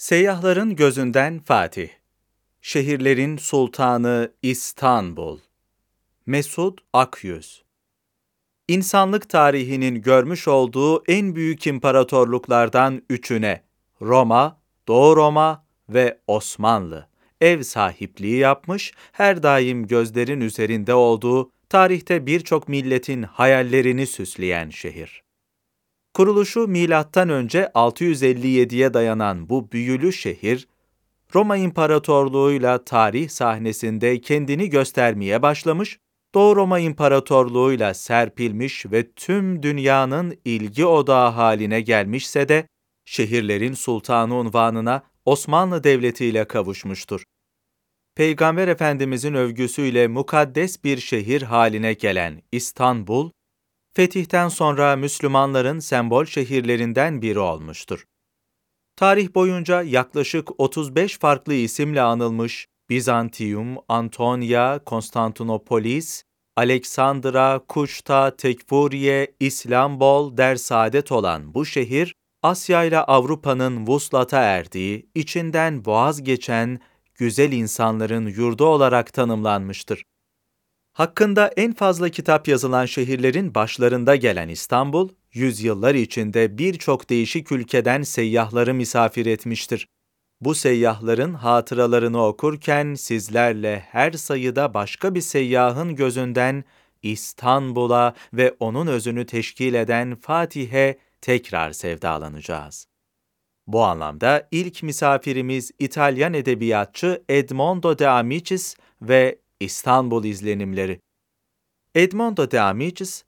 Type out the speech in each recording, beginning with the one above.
Seyyahların gözünden Fatih. Şehirlerin sultanı İstanbul. Mesud Akyüz. İnsanlık tarihinin görmüş olduğu en büyük imparatorluklardan üçüne, Roma, Doğu Roma ve Osmanlı, ev sahipliği yapmış, her daim gözlerin üzerinde olduğu, tarihte birçok milletin hayallerini süsleyen şehir. Kuruluşu M.Ö. 657'ye dayanan bu büyülü şehir, Roma İmparatorluğu'yla tarih sahnesinde kendini göstermeye başlamış, Doğu Roma İmparatorluğu'yla serpilmiş ve tüm dünyanın ilgi odağı haline gelmişse de, şehirlerin sultanı unvanına Osmanlı Devleti ile kavuşmuştur. Peygamber Efendimizin övgüsüyle mukaddes bir şehir haline gelen İstanbul, fetihten sonra Müslümanların sembol şehirlerinden biri olmuştur. Tarih boyunca yaklaşık 35 farklı isimle anılmış Bizantium, Antonia, Konstantinopolis, Aleksandra, Kuşta, Tekfuriye, İslambol, Dersaadet olan bu şehir, Asya ile Avrupa'nın vuslata erdiği, içinden boğaz geçen güzel insanların yurdu olarak tanımlanmıştır. Hakkında en fazla kitap yazılan şehirlerin başlarında gelen İstanbul, yüzyıllar içinde birçok değişik ülkeden seyyahları misafir etmiştir. Bu seyyahların hatıralarını okurken sizlerle her sayıda başka bir seyyahın gözünden İstanbul'a ve onun özünü teşkil eden Fatih'e tekrar sevdalanacağız. Bu anlamda ilk misafirimiz İtalyan edebiyatçı Edmondo de Amicis ve İstanbul izlenimleri. Edmondo de Amicis,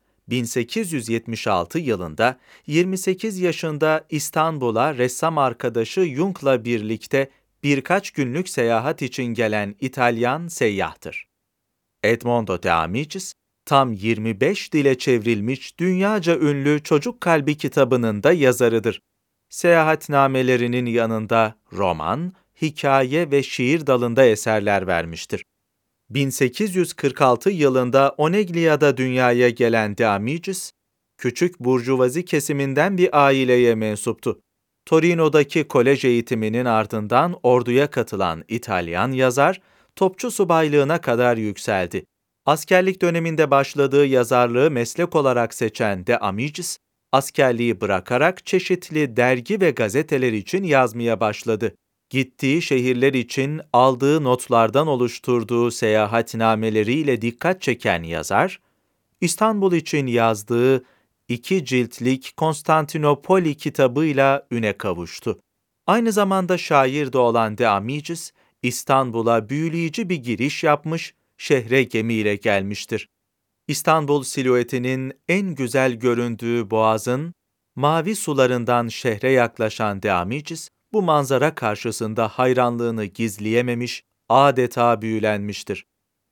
1876 yılında 28 yaşında İstanbul'a ressam arkadaşı Jung'la birlikte birkaç günlük seyahat için gelen İtalyan seyyahtır. Edmondo de Amicis, tam 25 dile çevrilmiş dünyaca ünlü Çocuk Kalbi kitabının da yazarıdır. Seyahatnamelerinin yanında roman, hikaye ve şiir dalında eserler vermiştir. 1846 yılında Oneglia'da dünyaya gelen de Amicis, küçük burjuvazi kesiminden bir aileye mensuptu. Torino'daki kolej eğitiminin ardından orduya katılan İtalyan yazar, topçu subaylığına kadar yükseldi. Askerlik döneminde başladığı yazarlığı meslek olarak seçen de Amicis, askerliği bırakarak çeşitli dergi ve gazeteler için yazmaya başladı. Gittiği şehirler için aldığı notlardan oluşturduğu seyahatnameleriyle dikkat çeken yazar, İstanbul için yazdığı 2 ciltlik Konstantinopoli kitabıyla üne kavuştu. Aynı zamanda şair de olan de Amicis, İstanbul'a büyüleyici bir giriş yapmış, şehre gemiyle gelmiştir. İstanbul silüetinin en güzel göründüğü boğazın mavi sularından şehre yaklaşan de Amicis, bu manzara karşısında hayranlığını gizleyememiş, adeta büyülenmiştir.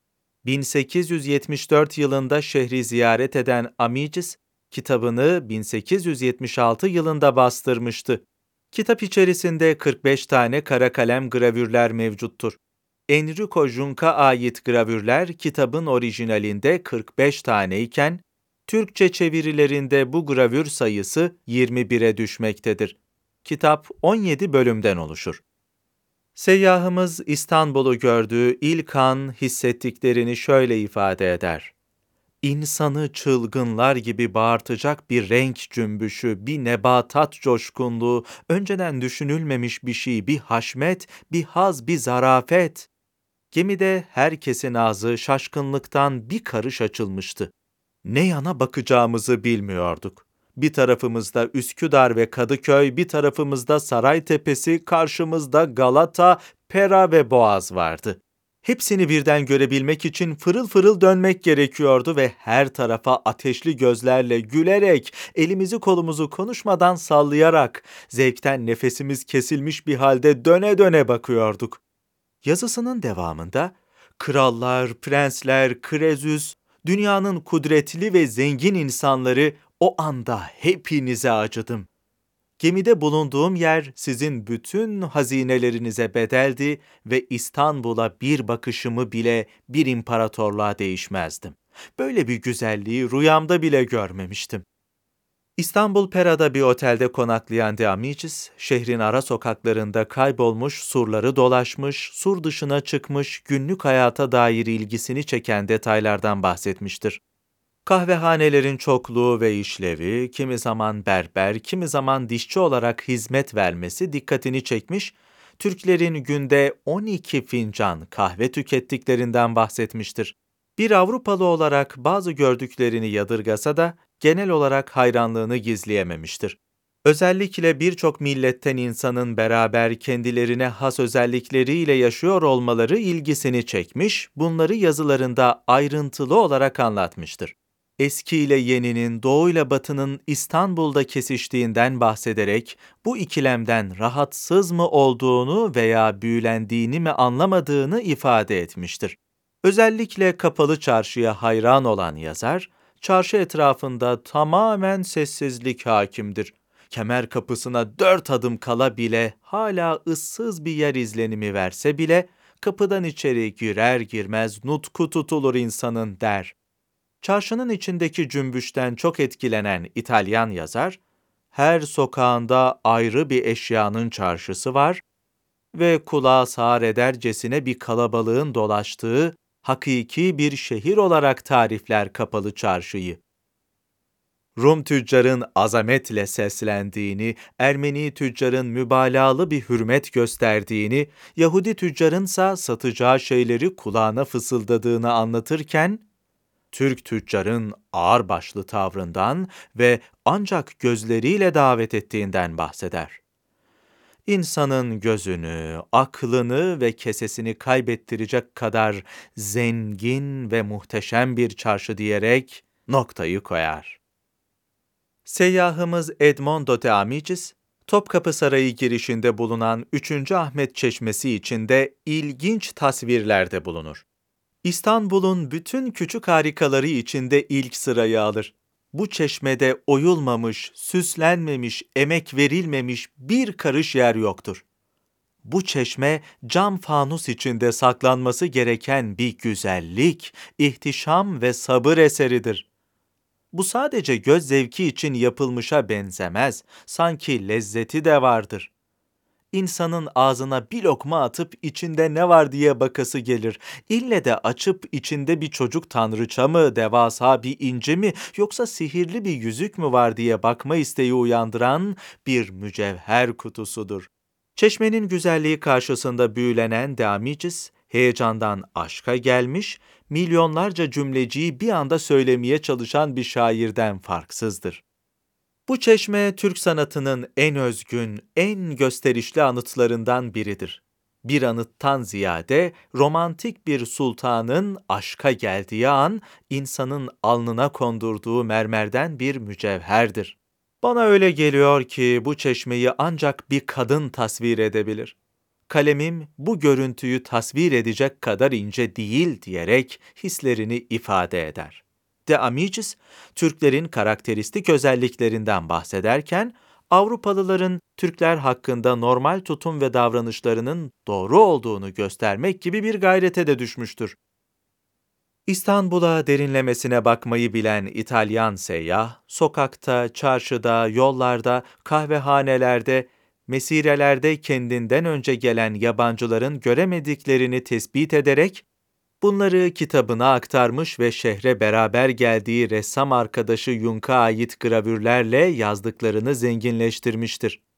1874 yılında şehri ziyaret eden Amicis, kitabını 1876 yılında bastırmıştı. Kitap içerisinde 45 tane kara kalem gravürler mevcuttur. Enrico Junck'a ait gravürler kitabın orijinalinde 45 tane iken, Türkçe çevirilerinde bu gravür sayısı 21'e düşmektedir. Kitap 17 bölümden oluşur. Seyyahımız İstanbul'u gördüğü ilk an hissettiklerini şöyle ifade eder. İnsanı çılgınlar gibi bağırtacak bir renk cümbüşü, bir nebatat coşkunluğu, önceden düşünülmemiş bir şey, bir haşmet, bir haz, bir zarafet. Gemide herkesin ağzı şaşkınlıktan bir karış açılmıştı. Ne yana bakacağımızı bilmiyorduk. Bir tarafımızda Üsküdar ve Kadıköy, bir tarafımızda Saraytepesi, karşımızda Galata, Pera ve Boğaz vardı. Hepsini birden görebilmek için fırıl fırıl dönmek gerekiyordu ve her tarafa ateşli gözlerle gülerek, elimizi kolumuzu konuşmadan sallayarak, zevkten nefesimiz kesilmiş bir halde döne döne bakıyorduk. Yazısının devamında, krallar, prensler, Krezüs, dünyanın kudretli ve zengin insanları, o anda hepinize acıdım. Gemide bulunduğum yer sizin bütün hazinelerinize bedeldi ve İstanbul'a bir bakışımı bile bir imparatorluğa değişmezdim. Böyle bir güzelliği rüyamda bile görmemiştim. İstanbul Pera'da bir otelde konaklayan de Amicis, şehrin ara sokaklarında kaybolmuş, surları dolaşmış, sur dışına çıkmış, günlük hayata dair ilgisini çeken detaylardan bahsetmiştir. Kahvehanelerin çokluğu ve işlevi, kimi zaman berber, kimi zaman dişçi olarak hizmet vermesi dikkatini çekmiş, Türklerin günde 12 fincan kahve tükettiklerinden bahsetmiştir. Bir Avrupalı olarak bazı gördüklerini yadırgasa da genel olarak hayranlığını gizleyememiştir. Özellikle birçok milletten insanın beraber kendilerine has özellikleriyle yaşıyor olmaları ilgisini çekmiş, bunları yazılarında ayrıntılı olarak anlatmıştır. Eski ile yeninin, doğu ile batının İstanbul'da kesiştiğinden bahsederek bu ikilemden rahatsız mı olduğunu veya büyülendiğini mi anlamadığını ifade etmiştir. Özellikle kapalı çarşıya hayran olan yazar, çarşı etrafında tamamen sessizlik hakimdir. Kemer kapısına 4 adım kala bile hala ıssız bir yer izlenimi verse bile kapıdan içeri girer girmez nutku tutulur insanın der. Çarşının içindeki cümbüşten çok etkilenen İtalyan yazar, her sokağında ayrı bir eşyanın çarşısı var ve kulağa sağır edercesine bir kalabalığın dolaştığı hakiki bir şehir olarak tarifler kapalı çarşıyı. Rum tüccarın azametle seslendiğini, Ermeni tüccarın mübalağalı bir hürmet gösterdiğini, Yahudi tüccarınsa satacağı şeyleri kulağına fısıldadığını anlatırken, Türk tüccarın ağırbaşlı tavrından ve ancak gözleriyle davet ettiğinden bahseder. İnsanın gözünü, aklını ve kesesini kaybettirecek kadar zengin ve muhteşem bir çarşı diyerek noktayı koyar. Seyyahımız Edmondo de Amicis, Topkapı Sarayı girişinde bulunan 3. Ahmet Çeşmesi içinde ilginç tasvirlerde bulunur. İstanbul'un bütün küçük harikaları içinde ilk sırayı alır. Bu çeşmede oyulmamış, süslenmemiş, emek verilmemiş bir karış yer yoktur. Bu çeşme cam fanus içinde saklanması gereken bir güzellik, ihtişam ve sabır eseridir. Bu sadece göz zevki için yapılmışa benzemez, sanki lezzeti de vardır. İnsanın ağzına bir lokma atıp içinde ne var diye bakası gelir. İlle de açıp içinde bir çocuk tanrıça mı, devasa bir inci mi, yoksa sihirli bir yüzük mü var diye bakma isteği uyandıran bir mücevher kutusudur. Çeşmenin güzelliği karşısında büyülenen de Amicis, heyecandan aşka gelmiş, milyonlarca cümleciyi bir anda söylemeye çalışan bir şairden farksızdır. Bu çeşme, Türk sanatının en özgün, en gösterişli anıtlarından biridir. Bir anıttan ziyade romantik bir sultanın aşka geldiği an, insanın alnına kondurduğu mermerden bir mücevherdir. Bana öyle geliyor ki bu çeşmeyi ancak bir kadın tasvir edebilir. Kalemim bu görüntüyü tasvir edecek kadar ince değil diyerek hislerini ifade eder. De Amicis, Türklerin karakteristik özelliklerinden bahsederken, Avrupalıların Türkler hakkında normal tutum ve davranışlarının doğru olduğunu göstermek gibi bir gayrete de düşmüştür. İstanbul'a derinlemesine bakmayı bilen İtalyan seyyah, sokakta, çarşıda, yollarda, kahvehanelerde, mesirelerde kendinden önce gelen yabancıların göremediklerini tespit ederek, bunları kitabına aktarmış ve şehre beraber geldiği ressam arkadaşı Yunk'a ait gravürlerle yazdıklarını zenginleştirmiştir.